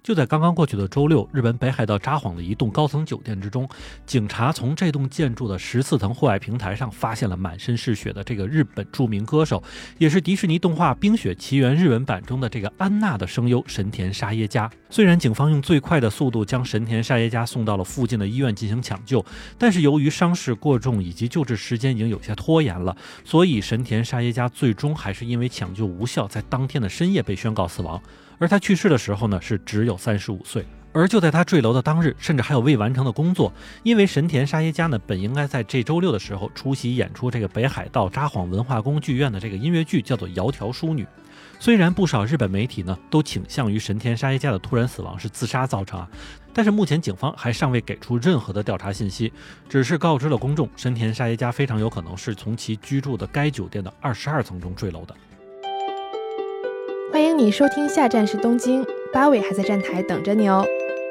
就在刚刚过去的周六，日本北海道札幌的一栋高层酒店之中，警察从这栋建筑的14层户外平台上发现了满身是血的这个日本著名歌手，也是迪士尼动画《冰雪奇缘》日文版中的这个安娜的声优神田沙耶加。虽然警方用最快的速度将神田沙耶加送到了附近的医院进行抢救，但是由于伤势过重以及救治时间已经有些拖延了，所以神田沙耶加最终还是因为抢救无效，在当天的深夜被宣告死亡。而他去世的时候呢，是只有35岁。而就在他坠楼的当日，甚至还有未完成的工作，因为神田沙耶加呢，本应该在这周六的时候出席演出这个北海道札幌文化宫剧院的这个音乐剧，叫做《窈窕淑女》。虽然不少日本媒体呢都倾向于神田沙耶加的突然死亡是自杀造成但是目前警方还尚未给出任何的调查信息，只是告知了公众，神田沙耶加非常有可能是从其居住的该酒店的22层中坠楼的。 欢迎你收听下站是东京，八尾还在站台等着你哦。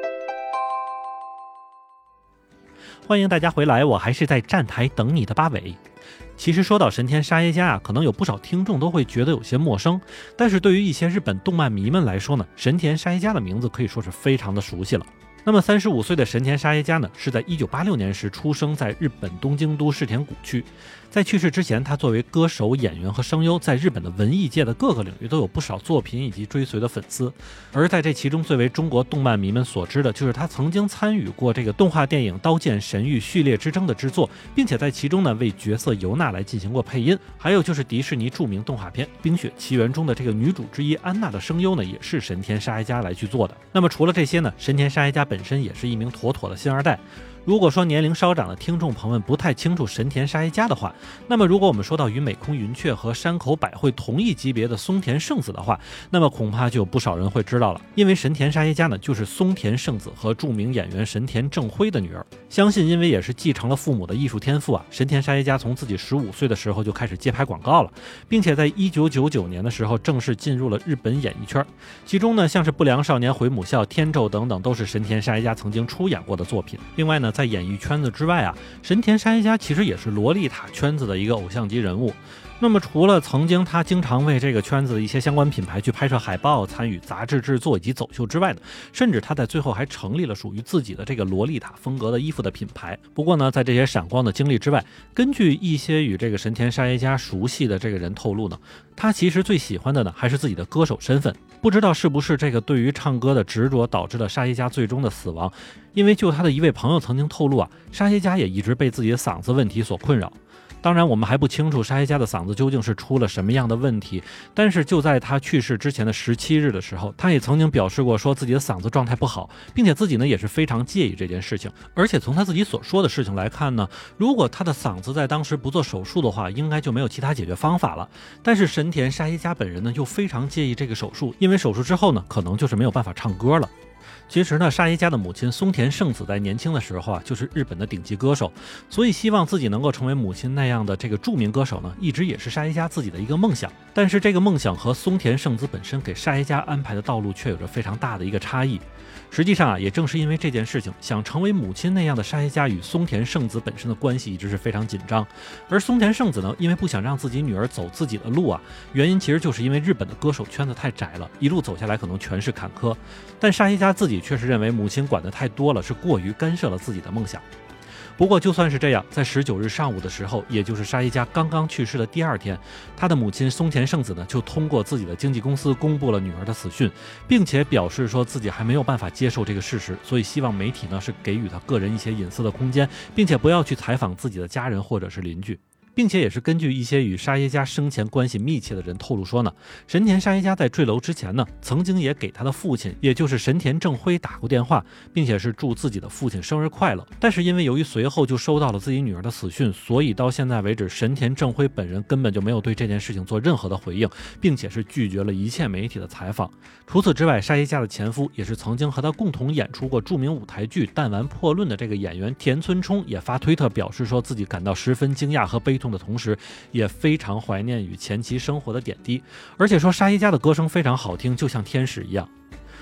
欢迎大家回来，我还是在站台等你的八尾。其实说到神田沙耶加可能有不少听众都会觉得有些陌生，但是对于一些日本动漫迷们来说呢，神田沙耶加的名字可以说是非常的熟悉了。那么35岁的神田沙耶加呢，是在1986年时出生在日本东京都世田谷区。在去世之前，他作为歌手、演员和声优，在日本的文艺界的各个领域都有不少作品以及追随的粉丝。而在这其中，最为中国动漫迷们所知的，就是他曾经参与过这个动画电影《刀剑神域：序列之争》的制作，并且在其中呢为角色尤娜来进行过配音。还有就是迪士尼著名动画片《冰雪奇缘》中的这个女主之一安娜的声优呢，也是神田沙耶加来去做的。那么除了这些呢，神田沙耶加本身也是一名妥妥的星二代。如果说年龄稍长的听众朋友们不太清楚神田沙耶加的话，那么如果我们说到与美空云雀和山口百惠同一级别的松田圣子的话，那么恐怕就有不少人会知道了。因为神田沙耶加呢，就是松田圣子和著名演员神田正辉的女儿。相信因为也是继承了父母的艺术天赋神田沙耶加从自己15岁的时候就开始接拍广告了，并且在1999年的时候正式进入了日本演艺圈。其中呢，像是不良少年回母校、天咒等等，都是神田沙耶加曾经出演过的作品。另外呢，在演艺圈子之外神田沙耶加其实也是洛丽塔圈子的一个偶像级人物。那么除了曾经他经常为这个圈子的一些相关品牌去拍摄海报、参与杂志制作以及走秀之外呢，甚至他在最后还成立了属于自己的这个洛丽塔风格的衣服的品牌。不过呢，在这些闪光的经历之外，根据一些与这个神田沙耶加熟悉的这个人透露呢，他其实最喜欢的呢还是自己的歌手身份。不知道是不是这个对于唱歌的执着导致了沙耶加最终的死亡，因为就他的一位朋友曾经透露沙耶加也一直被自己的嗓子问题所困扰。当然我们还不清楚沙耶加的嗓子究竟是出了什么样的问题，但是就在他去世之前的17日的时候，他也曾经表示过说自己的嗓子状态不好，并且自己呢也是非常介意这件事情。而且从他自己所说的事情来看呢，如果他的嗓子在当时不做手术的话，应该就没有其他解决方法了。但是神田沙耶加本人呢又非常介意这个手术，因为手术之后呢可能就是没有办法唱歌了。其实呢，沙耶加的母亲松田圣子在年轻的时候就是日本的顶级歌手，所以希望自己能够成为母亲那样的这个著名歌手呢，一直也是沙耶加自己的一个梦想。但是这个梦想和松田圣子本身给沙耶加安排的道路却有着非常大的一个差异。实际上也正是因为这件事情，想成为母亲那样的沙耶加与松田圣子本身的关系一直是非常紧张。而松田圣子呢，因为不想让自己女儿走自己的路原因其实就是因为日本的歌手圈子太窄了，一路走下来可能全是坎坷。但沙耶加自己却是认为母亲管得太多了，是过于干涉了自己的梦想。不过就算是这样，在19日上午的时候，也就是沙耶加刚刚去世的第2天，他的母亲松田圣子呢就通过自己的经纪公司公布了女儿的死讯，并且表示说自己还没有办法接受这个事实，所以希望媒体呢是给予他个人一些隐私的空间，并且不要去采访自己的家人或者是邻居。并且也是根据一些与沙耶加生前关系密切的人透露说呢，神田沙耶加在坠楼之前呢，曾经也给他的父亲，也就是神田正辉打过电话，并且是祝自己的父亲生日快乐。但是因为由于随后就收到了自己女儿的死讯，所以到现在为止，神田正辉本人根本就没有对这件事情做任何的回应，并且是拒绝了一切媒体的采访。除此之外，沙耶加的前夫也是曾经和他共同演出过著名舞台剧《弹丸破论》的这个演员田村冲也发推特表示说自己感到十分惊讶和悲痛的同时，也非常怀念与前妻生活的点滴，而且说沙耶加的歌声非常好听，就像天使一样。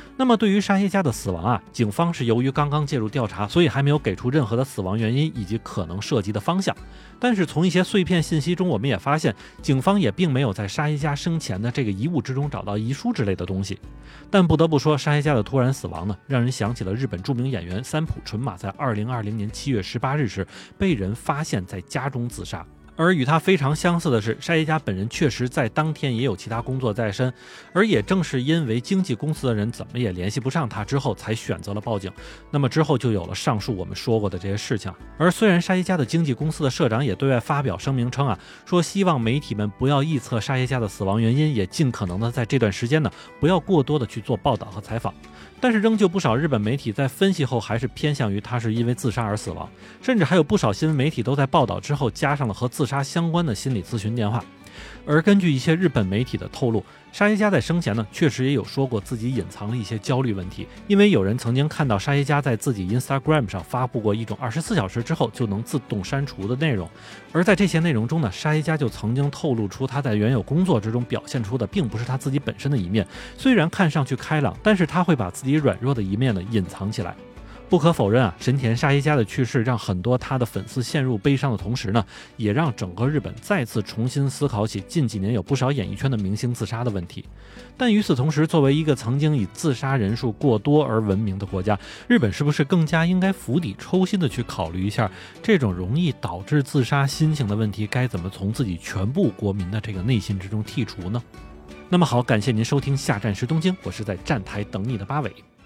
那么对于沙耶加的死亡啊，警方是由于刚刚介入调查，所以还没有给出任何的死亡原因以及可能涉及的方向。但是从一些碎片信息中，我们也发现警方也并没有在沙耶加生前的这个遗物之中找到遗书之类的东西。但不得不说，沙耶加的突然死亡呢，让人想起了日本著名演员三浦纯马在2020年7月18日时被人发现在家中自杀。而与他非常相似的是，沙耶加本人确实在当天也有其他工作在身，而也正是因为经纪公司的人怎么也联系不上他之后，才选择了报警。那么之后就有了上述我们说过的这些事情。而虽然沙耶加的经纪公司的社长也对外发表声明称说希望媒体们不要臆测沙耶加的死亡原因，也尽可能的在这段时间呢不要过多的去做报道和采访。但是仍旧不少日本媒体在分析后还是偏向于他是因为自杀而死亡，甚至还有不少新闻媒体都在报道之后加上了和自杀相关的心理咨询电话。而根据一些日本媒体的透露，沙耶加在生前呢确实也有说过自己隐藏了一些焦虑问题，因为有人曾经看到沙耶加在自己 Instagram 上发布过一种24小时之后就能自动删除的内容。而在这些内容中呢，沙耶加就曾经透露出他在原有工作之中表现出的并不是他自己本身的一面，虽然看上去开朗，但是他会把自己软弱的一面呢隐藏起来。不可否认神田沙耶加的去世让很多他的粉丝陷入悲伤的同时呢，也让整个日本再次重新思考起近几年有不少演艺圈的明星自杀的问题。但与此同时，作为一个曾经以自杀人数过多而闻名的国家，日本是不是更加应该釜底抽薪的去考虑一下这种容易导致自杀心情的问题该怎么从自己全部国民的这个内心之中剔除呢？那么好，感谢您收听下站是东京，我是在站台等你的八尾，